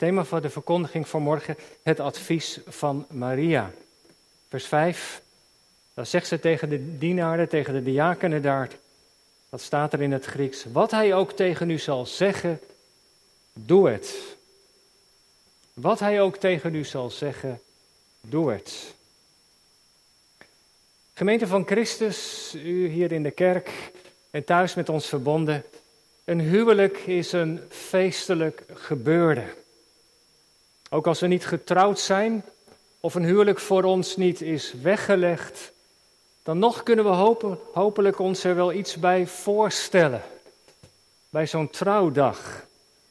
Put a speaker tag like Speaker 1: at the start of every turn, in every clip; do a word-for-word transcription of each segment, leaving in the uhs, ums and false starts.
Speaker 1: Thema van de verkondiging vanmorgen, het advies van Maria. Vers vijf, dan zegt ze tegen de dienaren, tegen de diakenen daar, dat staat er in het Grieks, wat hij ook tegen u zal zeggen, doe het. Wat hij ook tegen u zal zeggen, doe het. Gemeente van Christus, u hier in de kerk en thuis met ons verbonden, een huwelijk is een feestelijk gebeurde. Ook als we niet getrouwd zijn of een huwelijk voor ons niet is weggelegd, dan nog kunnen we hopen, hopelijk ons er wel iets bij voorstellen. Bij zo'n trouwdag.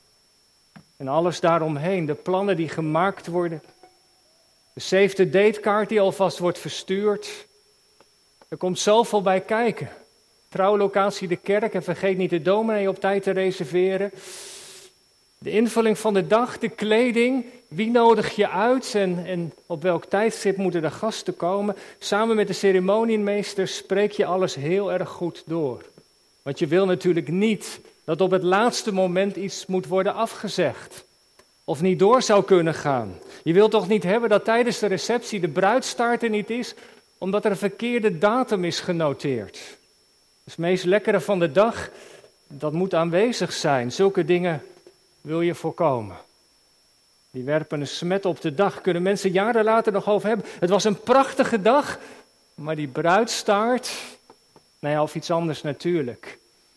Speaker 1: En alles daaromheen, de plannen die gemaakt worden. De save the date kaart die alvast wordt verstuurd. Er komt zoveel bij kijken. Trouwlocatie de kerk en vergeet niet de dominee op tijd te reserveren. De invulling van de dag, de kleding, wie nodig je uit en, en op welk tijdstip moeten de gasten komen. Samen met de ceremoniemeester spreek je alles heel erg goed door. Want je wil natuurlijk niet dat op het laatste moment iets moet worden afgezegd. Of niet door zou kunnen gaan. Je wilt toch niet hebben dat tijdens de receptie de bruidstaart er niet is, omdat er een verkeerde datum is genoteerd. Dus het meest lekkere van de dag, dat moet aanwezig zijn. Zulke dingen wil je voorkomen. Die werpen een smet op de dag. Kunnen mensen jaren later nog over hebben. Het was een prachtige dag, maar die bruidstaart, nou ja, of iets anders natuurlijk.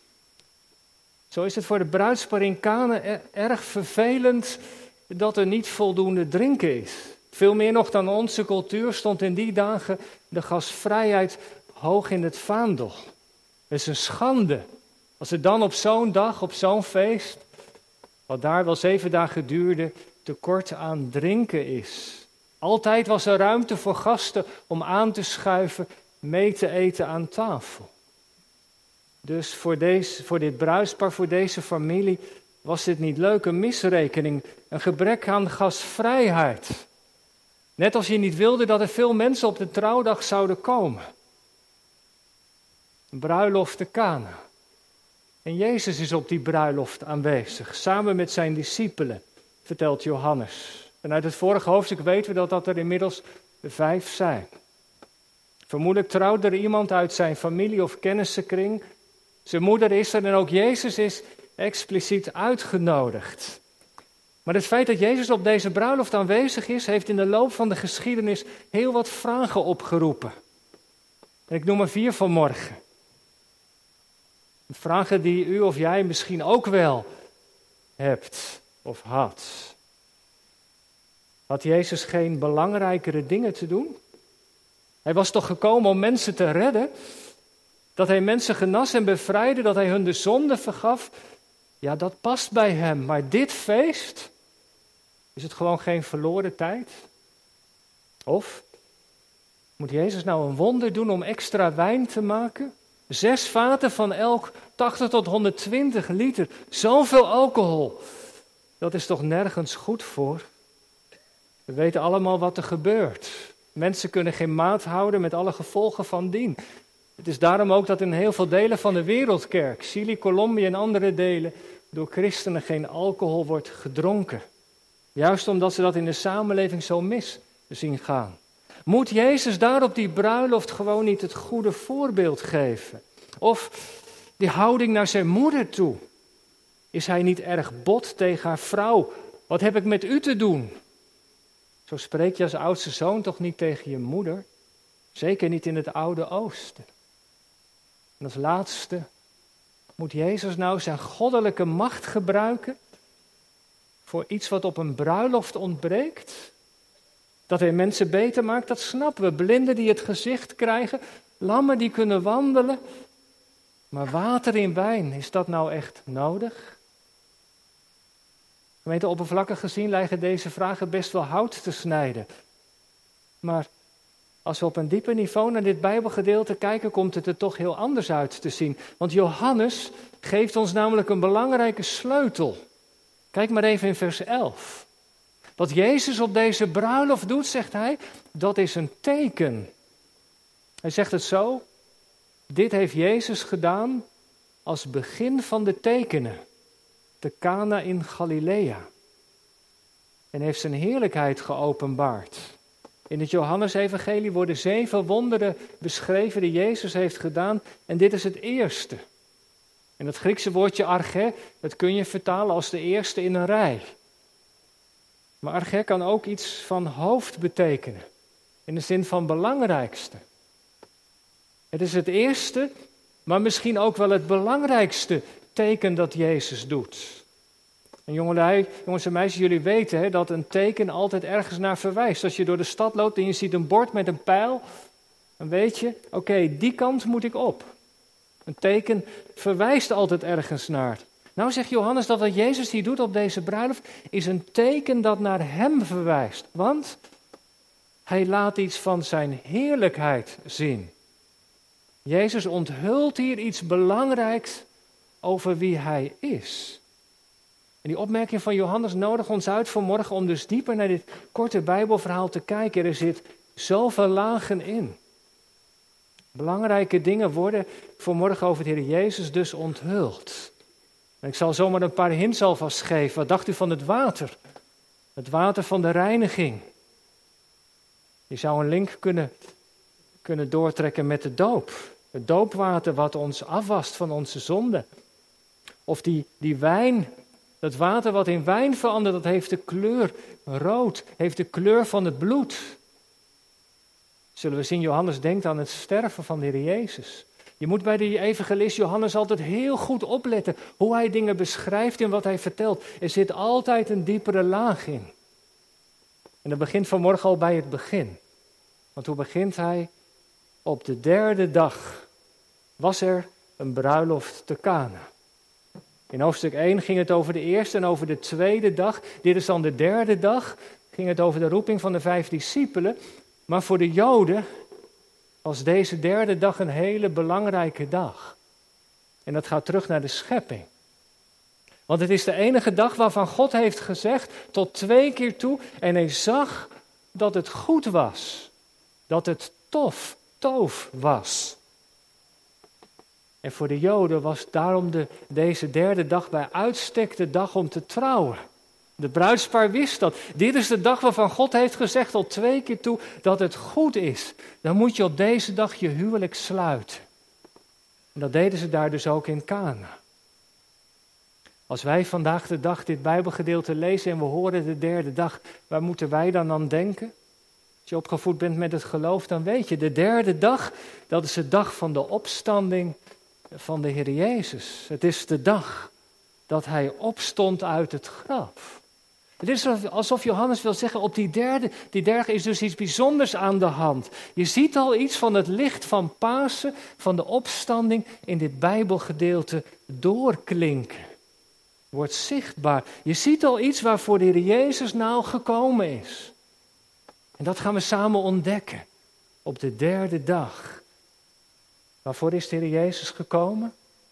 Speaker 1: Zo is het voor de bruidspaar in Kana erg vervelend dat er niet voldoende drinken is. Veel meer nog dan onze cultuur stond in die dagen de gastvrijheid hoog in het vaandel. Het is een schande als er dan op zo'n dag, op zo'n feest, wat daar wel zeven dagen duurde, tekort aan drinken is. Altijd was er ruimte voor gasten om aan te schuiven, mee te eten aan tafel. Dus voor, deze, voor dit bruidspaar, voor deze familie, was dit niet leuk, een misrekening, een gebrek aan gastvrijheid. Net als je niet wilde dat er veel mensen op de trouwdag zouden komen. Een bruiloft te Kana. En Jezus is op die bruiloft aanwezig, samen met zijn discipelen, vertelt Johannes. En uit het vorige hoofdstuk weten we dat dat er inmiddels vijf zijn. Vermoedelijk trouwde er iemand uit zijn familie of kennissenkring. Zijn moeder is er en ook Jezus is expliciet uitgenodigd. Maar het feit dat Jezus op deze bruiloft aanwezig is, heeft in de loop van de geschiedenis heel wat vragen opgeroepen. En ik noem er vier vanmorgen. Vragen die u of jij misschien ook wel hebt of had. Had Jezus geen belangrijkere dingen te doen? Hij was toch gekomen om mensen te redden? Dat hij mensen genas en bevrijdde, dat hij hun de zonde vergaf? Ja, dat past bij hem. Maar dit feest, is het gewoon geen verloren tijd? Of moet Jezus nou een wonder doen om extra wijn te maken? Zes vaten van elk tachtig tot honderdtwintig liter. Zoveel alcohol. Dat is toch nergens goed voor? We weten allemaal wat er gebeurt. Mensen kunnen geen maat houden met alle gevolgen van dien. Het is daarom ook dat in heel veel delen van de wereldkerk, Chili, Colombia en andere delen, door christenen geen alcohol wordt gedronken. Juist omdat ze dat in de samenleving zo mis zien gaan. Moet Jezus daar op die bruiloft gewoon niet het goede voorbeeld geven? Of die houding naar zijn moeder toe? Is hij niet erg bot tegen haar vrouw? Wat heb ik met u te doen? Zo spreek je als oudste zoon toch niet tegen je moeder? Zeker niet in het Oude Oosten. En als laatste, moet Jezus nou zijn goddelijke macht gebruiken voor iets wat op een bruiloft ontbreekt? Dat hij mensen beter maakt, dat snappen we. Blinden die het gezicht krijgen, lammen die kunnen wandelen. Maar water in wijn, is dat nou echt nodig? Gemeente, oppervlakkig gezien lijken deze vragen best wel hout te snijden. Maar als we op een dieper niveau naar dit Bijbelgedeelte kijken, komt het er toch heel anders uit te zien. Want Johannes geeft ons namelijk een belangrijke sleutel. Kijk maar even in vers elf. Wat Jezus op deze bruiloft doet, zegt hij, dat is een teken. Hij zegt het zo, dit heeft Jezus gedaan als begin van de tekenen, te Kana in Galilea. en heeft zijn heerlijkheid geopenbaard. In het Johannesevangelie worden zeven wonderen beschreven die Jezus heeft gedaan en dit is het eerste. En het Griekse woordje arche, dat kun je vertalen als de eerste in een rij. Maar arche kan ook iets van hoofd betekenen, in de zin van belangrijkste. Het is het eerste, maar misschien ook wel het belangrijkste teken dat Jezus doet. En jongelui, jongens en meisjes, jullie weten hè, dat een teken altijd ergens naar verwijst. Als je door de stad loopt en je ziet een bord met een pijl, dan weet je, oké, okay, die kant moet ik op. Een teken verwijst altijd ergens naar. Nou zegt Johannes dat wat Jezus hier doet op deze bruiloft is een teken dat naar hem verwijst. Want hij laat iets van zijn heerlijkheid zien. Jezus onthult hier iets belangrijks over wie hij is. En die opmerking van Johannes nodigt ons uit vanmorgen om dus dieper naar dit korte Bijbelverhaal te kijken. Er zit zoveel lagen in. Belangrijke dingen worden vanmorgen over de Heer Jezus dus onthuld. En ik zal zomaar een paar hints alvast geven. Wat dacht u van het water? Het water van de reiniging. Je zou een link kunnen, kunnen doortrekken met de doop. Het doopwater wat ons afwast van onze zonden. Of die, die wijn, dat water wat in wijn verandert, dat heeft de kleur rood, heeft de kleur van het bloed. Zullen we zien, Johannes denkt aan het sterven van de Heer Jezus. Je moet bij de evangelist Johannes altijd heel goed opletten hoe hij dingen beschrijft en wat hij vertelt. Er zit altijd een diepere laag in. En dat begint vanmorgen al bij het begin. Want hoe begint hij? Op de derde dag was er een bruiloft te Kana. In hoofdstuk één ging het over de eerste en over de tweede dag. Dit is dan de derde dag. Ging het over de roeping van de vijf discipelen. Maar voor de Joden was deze derde dag een hele belangrijke dag. En dat gaat terug naar de schepping. Want het is de enige dag waarvan God heeft gezegd tot twee keer toe. En hij zag dat het goed was. Dat het tof, toof was. En voor de Joden was daarom de, deze derde dag bij uitstek de dag om te trouwen. De bruidspaar wist dat. Dit is de dag waarvan God heeft gezegd tot twee keer toe dat het goed is. Dan moet je op deze dag je huwelijk sluiten. En dat deden ze daar dus ook in Kana. Als wij vandaag de dag dit Bijbelgedeelte lezen en we horen de derde dag, waar moeten wij dan aan denken? Als je opgevoed bent met het geloof, dan weet je, de derde dag, dat is de dag van de opstanding van de Heer Jezus. Het is de dag dat hij opstond uit het graf. Het is alsof Johannes wil zeggen, op die derde, die derde is dus iets bijzonders aan de hand. Je ziet al iets van het licht van Pasen, van de opstanding in dit Bijbelgedeelte doorklinken. Wordt zichtbaar. Je ziet al iets waarvoor de Heer Jezus nou gekomen is. En dat gaan we samen ontdekken op de derde dag. Waarvoor is de Heer Jezus gekomen?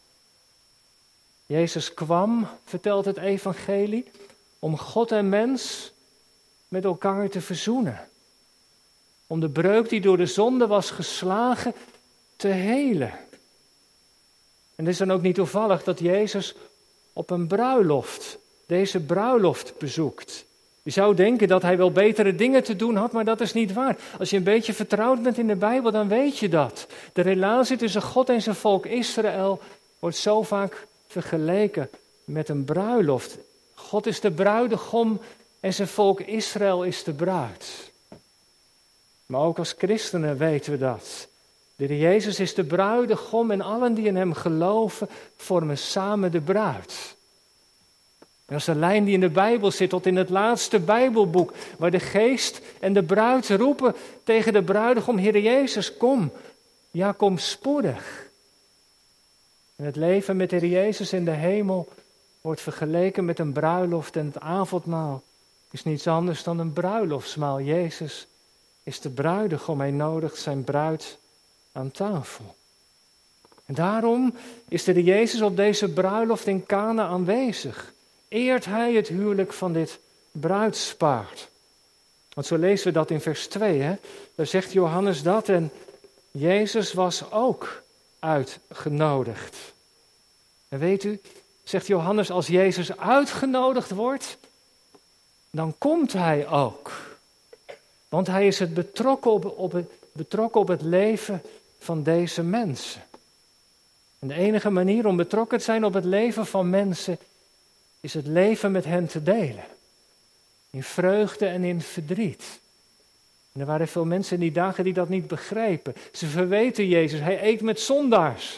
Speaker 1: Jezus kwam, vertelt het evangelie, om God en mens met elkaar te verzoenen. Om de breuk die door de zonde was geslagen te helen. En het is dan ook niet toevallig dat Jezus op een bruiloft, deze bruiloft bezoekt. Je zou denken dat hij wel betere dingen te doen had, maar dat is niet waar. Als je een beetje vertrouwd bent in de Bijbel, dan weet je dat. De relatie tussen God en zijn volk Israël wordt zo vaak vergeleken met een bruiloft. God is de bruidegom en zijn volk Israël is de bruid. Maar ook als christenen weten we dat. De Heer Jezus is de bruidegom en allen die in hem geloven vormen samen de bruid. En dat is een lijn die in de Bijbel zit tot in het laatste Bijbelboek, waar de geest en de bruid roepen tegen de bruidegom, Heer Jezus, kom, ja kom spoedig. En het leven met de Heer Jezus in de hemel wordt vergeleken met een bruiloft en het avondmaal is niets anders dan een bruiloftsmaal. Jezus is de bruidegom, hij nodigt zijn bruid aan tafel. En daarom is de Heer Jezus op deze bruiloft in Kana aanwezig. Eert hij het huwelijk van dit bruidspaar. Want zo lezen we dat in vers twee. Hè? Daar zegt Johannes dat en Jezus was ook uitgenodigd. En weet u, zegt Johannes, als Jezus uitgenodigd wordt, dan komt hij ook. Want hij is het betrokken op, op het, betrokken op het leven van deze mensen. En de enige manier om betrokken te zijn op het leven van mensen is het leven met hen te delen. In vreugde en in verdriet. En er waren veel mensen in die dagen die dat niet begrepen. Ze verweten Jezus. Hij eet met zondaars.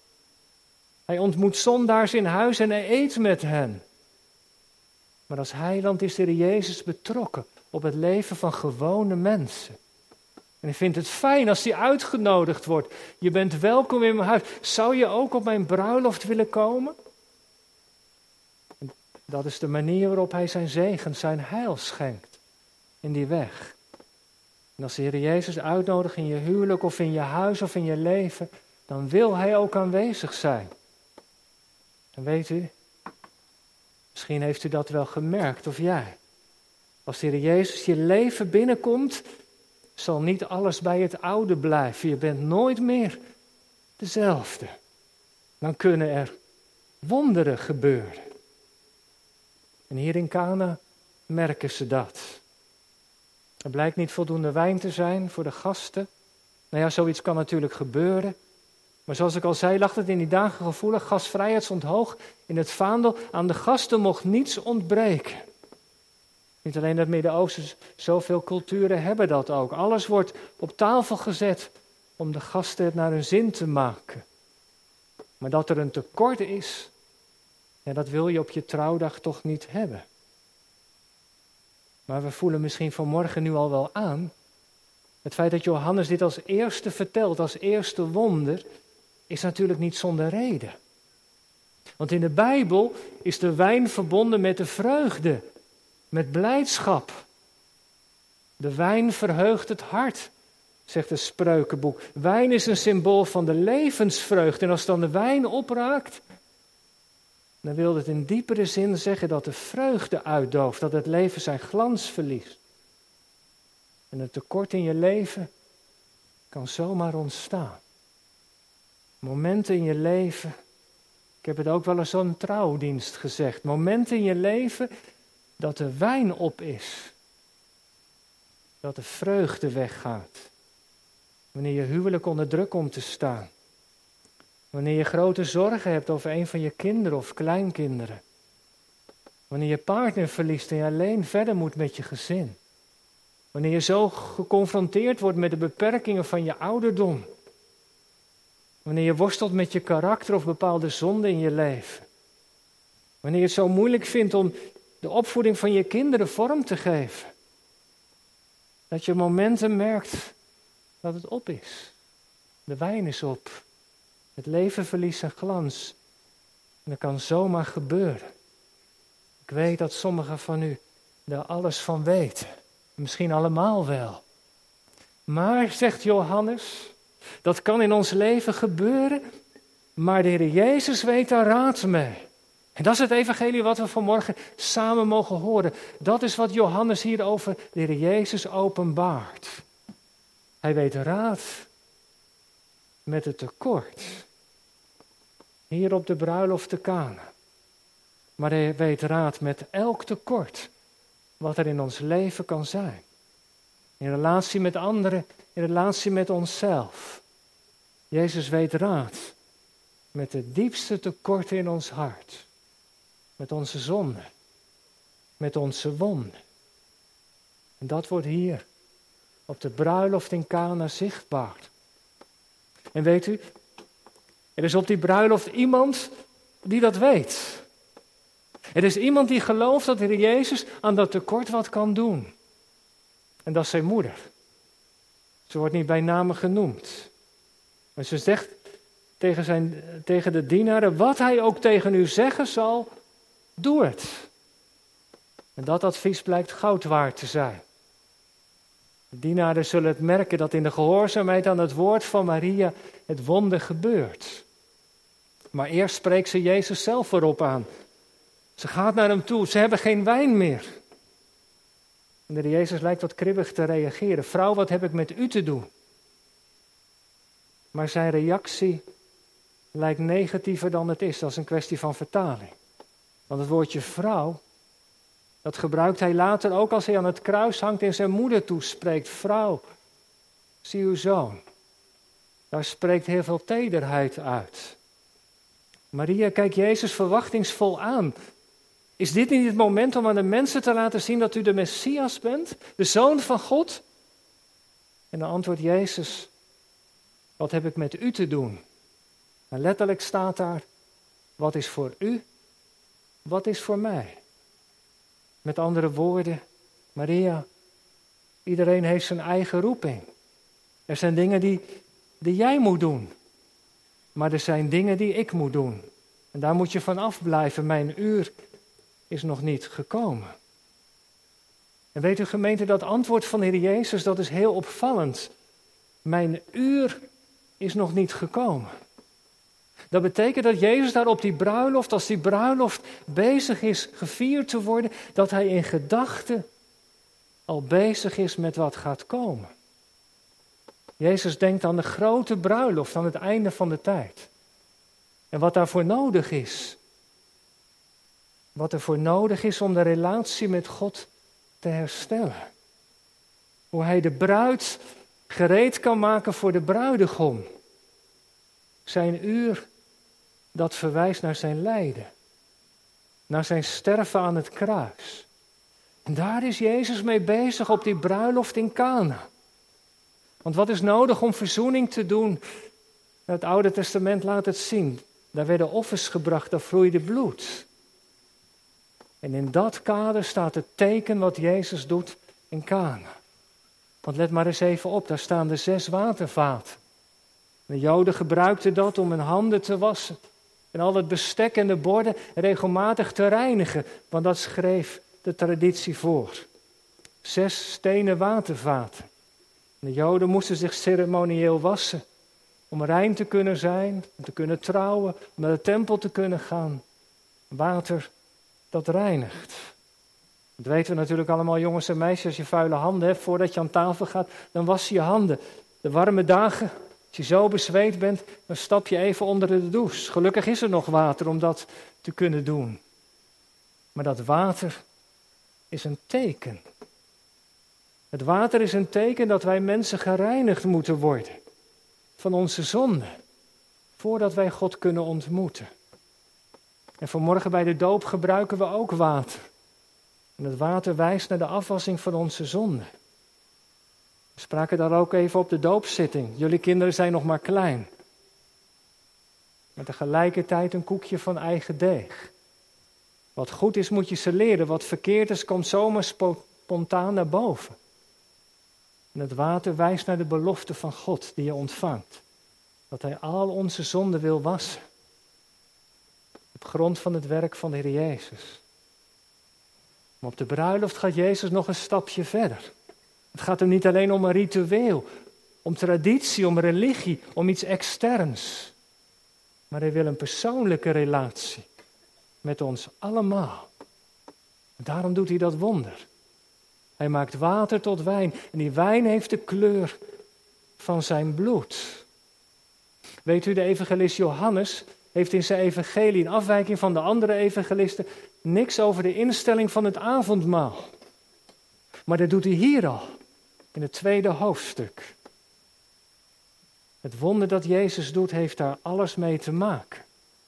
Speaker 1: Hij ontmoet zondaars in huis en hij eet met hen. Maar als heiland is de Heer Jezus betrokken op het leven van gewone mensen. En ik vind het fijn als hij uitgenodigd wordt. Je bent welkom in mijn huis. Zou je ook op mijn bruiloft willen komen? En dat is de manier waarop hij zijn zegen, zijn heil schenkt. In die weg. En als de Heer Jezus uitnodigt in je huwelijk of in je huis of in je leven, dan wil hij ook aanwezig zijn. En weet u, misschien heeft u dat wel gemerkt, of jij. Als de Heer Jezus je leven binnenkomt, zal niet alles bij het oude blijven. Je bent nooit meer dezelfde. Dan kunnen er wonderen gebeuren. En hier in Kana merken ze dat. Er blijkt niet voldoende wijn te zijn voor de gasten. Nou ja, zoiets kan natuurlijk gebeuren. Maar zoals ik al zei, lag het in die dagen gevoelig. Gastvrijheid stond hoog in het vaandel. Aan de gasten mocht niets ontbreken. Niet alleen het Midden-Oosten, zoveel culturen hebben dat ook. Alles wordt op tafel gezet om de gasten het naar hun zin te maken. Maar dat er een tekort is, ja, dat wil je op je trouwdag toch niet hebben. Maar we voelen misschien vanmorgen nu al wel aan. Het feit dat Johannes dit als eerste vertelt, als eerste wonder, is natuurlijk niet zonder reden. Want in de Bijbel is de wijn verbonden met de vreugde, met blijdschap. De wijn verheugt het hart, zegt het Spreukenboek. Wijn is een symbool van de levensvreugde. En als dan de wijn opraakt, dan wil het in diepere zin zeggen dat de vreugde uitdooft, dat het leven zijn glans verliest. En een tekort in je leven kan zomaar ontstaan. Momenten in je leven, ik heb het ook wel eens zo'n trouwdienst gezegd, momenten in je leven dat de wijn op is. Dat de vreugde weggaat. Wanneer je huwelijk onder druk komt te staan. Wanneer je grote zorgen hebt over een van je kinderen of kleinkinderen. Wanneer je partner verliest en je alleen verder moet met je gezin. Wanneer je zo geconfronteerd wordt met de beperkingen van je ouderdom. Wanneer je worstelt met je karakter of bepaalde zonden in je leven. Wanneer je het zo moeilijk vindt om de opvoeding van je kinderen vorm te geven. Dat je momenten merkt dat het op is. De wijn is op. Het leven verliest zijn glans. En dat kan zomaar gebeuren. Ik weet dat sommigen van u daar alles van weten. Misschien allemaal wel. Maar, zegt Johannes, dat kan in ons leven gebeuren, maar de Heer Jezus weet daar raad mee. En dat is het evangelie wat we vanmorgen samen mogen horen. Dat is wat Johannes hier over de Heer Jezus openbaart. Hij weet raad met het tekort. Hier op de bruiloft te Kana. Maar hij weet raad met elk tekort wat er in ons leven kan zijn. In relatie met anderen, in relatie met onszelf. Jezus weet raad met de diepste tekorten in ons hart. Met onze zonden. Met onze wonden. En dat wordt hier op de bruiloft in Kana zichtbaar. En weet u, er is op die bruiloft iemand die dat weet. Er is iemand die gelooft dat de Heer Jezus aan dat tekort wat kan doen. En dat is zijn moeder. Ze wordt niet bij name genoemd. Maar ze zegt tegen, zijn, tegen de dienaren, wat hij ook tegen u zeggen zal, doe het. En dat advies blijkt goud waard te zijn. De dienaren zullen het merken dat in de gehoorzaamheid aan het woord van Maria het wonder gebeurt. Maar eerst spreekt ze Jezus zelf erop aan. Ze gaat naar hem toe, ze hebben geen wijn meer. En de Heer Jezus lijkt wat kribbig te reageren. Vrouw, wat heb ik met u te doen? Maar zijn reactie lijkt negatiever dan het is. Dat is een kwestie van vertaling. Want het woordje vrouw Dat gebruikt hij later ook als hij aan het kruis hangt en zijn moeder toespreekt. Vrouw, zie uw zoon. Daar spreekt heel veel tederheid uit. Maria kijkt Jezus verwachtingsvol aan. Is dit niet het moment om aan de mensen te laten zien dat u de Messias bent? De Zoon van God? En dan antwoordt Jezus, wat heb ik met u te doen? En letterlijk staat daar, wat is voor u, wat is voor mij? Met andere woorden, Maria, iedereen heeft zijn eigen roeping. Er zijn dingen die, die jij moet doen. Maar er zijn dingen die ik moet doen. En daar moet je van afblijven. Mijn uur is nog niet gekomen. En weet u gemeente, dat antwoord van de Heer Jezus, dat is heel opvallend. Mijn uur is nog niet gekomen. Dat betekent dat Jezus daar op die bruiloft, als die bruiloft bezig is gevierd te worden, dat hij in gedachten al bezig is met wat gaat komen. Jezus denkt aan de grote bruiloft, aan het einde van de tijd. En wat daarvoor nodig is. Wat er voor nodig is om de relatie met God te herstellen. Hoe hij de bruid gereed kan maken voor de bruidegom. Zijn uur, dat verwijst naar zijn lijden. Naar zijn sterven aan het kruis. En daar is Jezus mee bezig op die bruiloft in Kana. Want wat is nodig om verzoening te doen? Het Oude Testament laat het zien. Daar werden offers gebracht, daar vloeide bloed. En in dat kader staat het teken wat Jezus doet in Kana. Want let maar eens even op, daar staan de zes watervaten. De Joden gebruikten dat om hun handen te wassen. En al het bestek en de borden regelmatig te reinigen. Want dat schreef de traditie voor. Zes stenen watervaten. De Joden moesten zich ceremonieel wassen. Om rein te kunnen zijn, om te kunnen trouwen, om naar de tempel te kunnen gaan. Water dat reinigt. Dat weten we natuurlijk allemaal, jongens en meisjes. Als je vuile handen hebt voordat je aan tafel gaat, dan was je je handen. De warme dagen, als je zo bezweet bent, dan stap je even onder de douche. Gelukkig is er nog water om dat te kunnen doen. Maar dat water is een teken. Het water is een teken dat wij mensen gereinigd moeten worden. Van onze zonde. Voordat wij God kunnen ontmoeten. En vanmorgen bij de doop gebruiken we ook water. En het water wijst naar de afwassing van onze zonde. We spraken daar ook even op de doopzitting. Jullie kinderen zijn nog maar klein. Maar tegelijkertijd een koekje van eigen deeg. Wat goed is moet je ze leren. Wat verkeerd is komt zomaar spontaan naar boven. En het water wijst naar de belofte van God die je ontvangt. Dat hij al onze zonden wil wassen. Op grond van het werk van de Heer Jezus. Maar op de bruiloft gaat Jezus nog een stapje verder. Het gaat hem niet alleen om een ritueel, om traditie, om religie, om iets externs. Maar hij wil een persoonlijke relatie met ons allemaal. En daarom doet hij dat wonder. Hij maakt water tot wijn en die wijn heeft de kleur van zijn bloed. Weet u, de evangelist Johannes heeft in zijn evangelie, in afwijking van de andere evangelisten, niks over de instelling van het avondmaal. Maar dat doet hij hier al, in het tweede hoofdstuk. Het wonder dat Jezus doet, heeft daar alles mee te maken.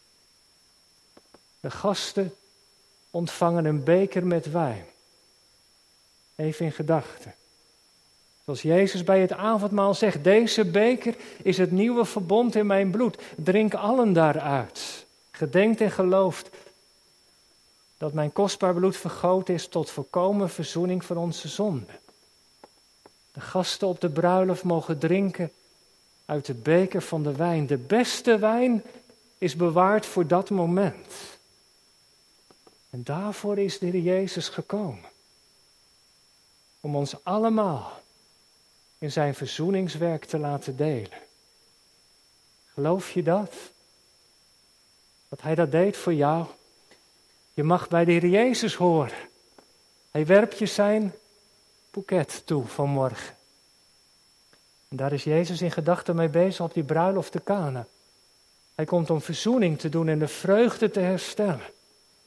Speaker 1: De gasten ontvangen een beker met wijn. Even in gedachten. Zoals Jezus bij het avondmaal zegt, deze beker is het nieuwe verbond in mijn bloed. Drink allen daaruit. Gedenkt en gelooft dat mijn kostbaar bloed vergoten is tot volkomen verzoening van onze zonden. De gasten op de bruiloft mogen drinken uit de beker van de wijn. De beste wijn is bewaard voor dat moment. En daarvoor is de Heer Jezus gekomen. Om ons allemaal in zijn verzoeningswerk te laten delen. Geloof je dat? Dat hij dat deed voor jou? Je mag bij de Heer Jezus horen. Hij werpt je zijn boeket toe vanmorgen. En daar is Jezus in gedachten mee bezig op die bruiloft te Kana. Hij komt om verzoening te doen en de vreugde te herstellen.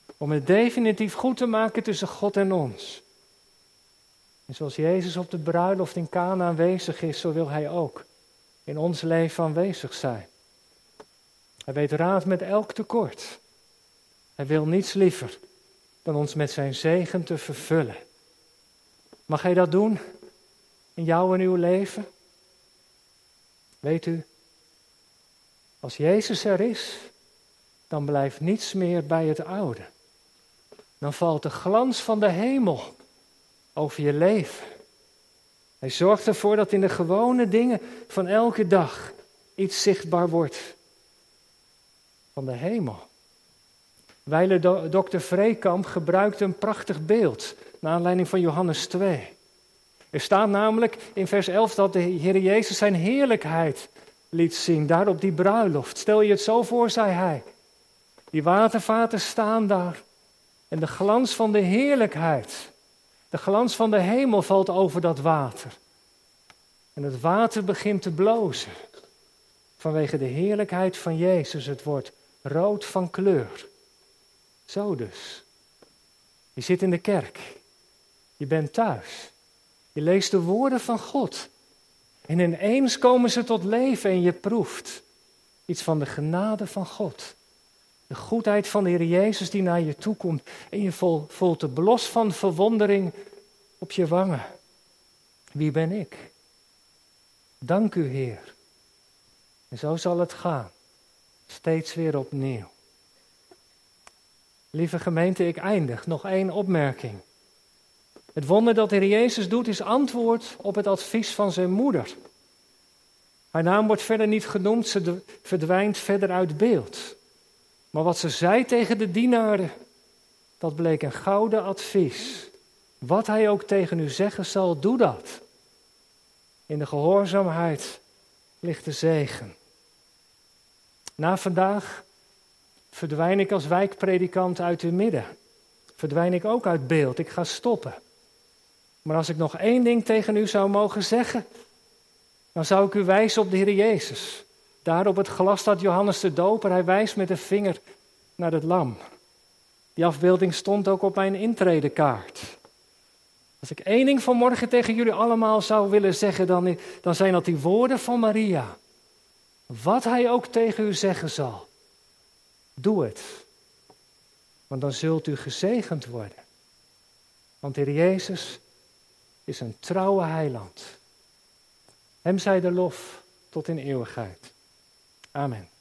Speaker 1: Om het definitief goed te maken tussen God en ons. En zoals Jezus op de bruiloft in Kana aanwezig is, zo wil Hij ook in ons leven aanwezig zijn. Hij weet raad met elk tekort. Hij wil niets liever dan ons met zijn zegen te vervullen. Mag Hij dat doen in jouw en uw leven? Weet u, als Jezus er is, dan blijft niets meer bij het oude. Dan valt de glans van de hemel over je leven. Hij zorgt ervoor dat in de gewone dingen van elke dag iets zichtbaar wordt van de hemel. Wijle do- dokter Vreekamp gebruikt een prachtig beeld naar aanleiding van Johannes twee. Er staat namelijk in vers elf dat de Heer Jezus zijn heerlijkheid liet zien, daar op die bruiloft. Stel je het zo voor, zei hij. Die watervaten staan daar en de glans van de heerlijkheid, de glans van de hemel valt over dat water. En het water begint te blozen vanwege de heerlijkheid van Jezus. Het wordt rood van kleur. Zo dus. Je zit in de kerk. Je bent thuis. Je leest de woorden van God. En ineens komen ze tot leven en je proeft iets van de genade van God. De goedheid van de Heer Jezus die naar je toe komt. En je voelt de blos van verwondering op je wangen. Wie ben ik? Dank u, Heer. En zo zal het gaan. Steeds weer opnieuw. Lieve gemeente, ik eindig. Nog één opmerking. Het wonder dat de Heer Jezus doet is antwoord op het advies van zijn moeder. Haar naam wordt verder niet genoemd, ze verdwijnt verder uit beeld. Maar wat ze zei tegen de dienaren, dat bleek een gouden advies. Wat hij ook tegen u zeggen zal, doe dat. In de gehoorzaamheid ligt de zegen. Na vandaag verdwijn ik als wijkpredikant uit uw midden. Verdwijn ik ook uit beeld, ik ga stoppen. Maar als ik nog één ding tegen u zou mogen zeggen, dan zou ik u wijzen op de Heer Jezus. Daar op het glas staat Johannes de Doper, hij wijst met de vinger naar het lam. Die afbeelding stond ook op mijn intredekaart. Als ik één ding vanmorgen tegen jullie allemaal zou willen zeggen, dan, dan zijn dat die woorden van Maria. Wat hij ook tegen u zeggen zal, doe het. Want dan zult u gezegend worden. Want de Heer Jezus is een trouwe heiland. Hem zij de lof tot in eeuwigheid. Amen.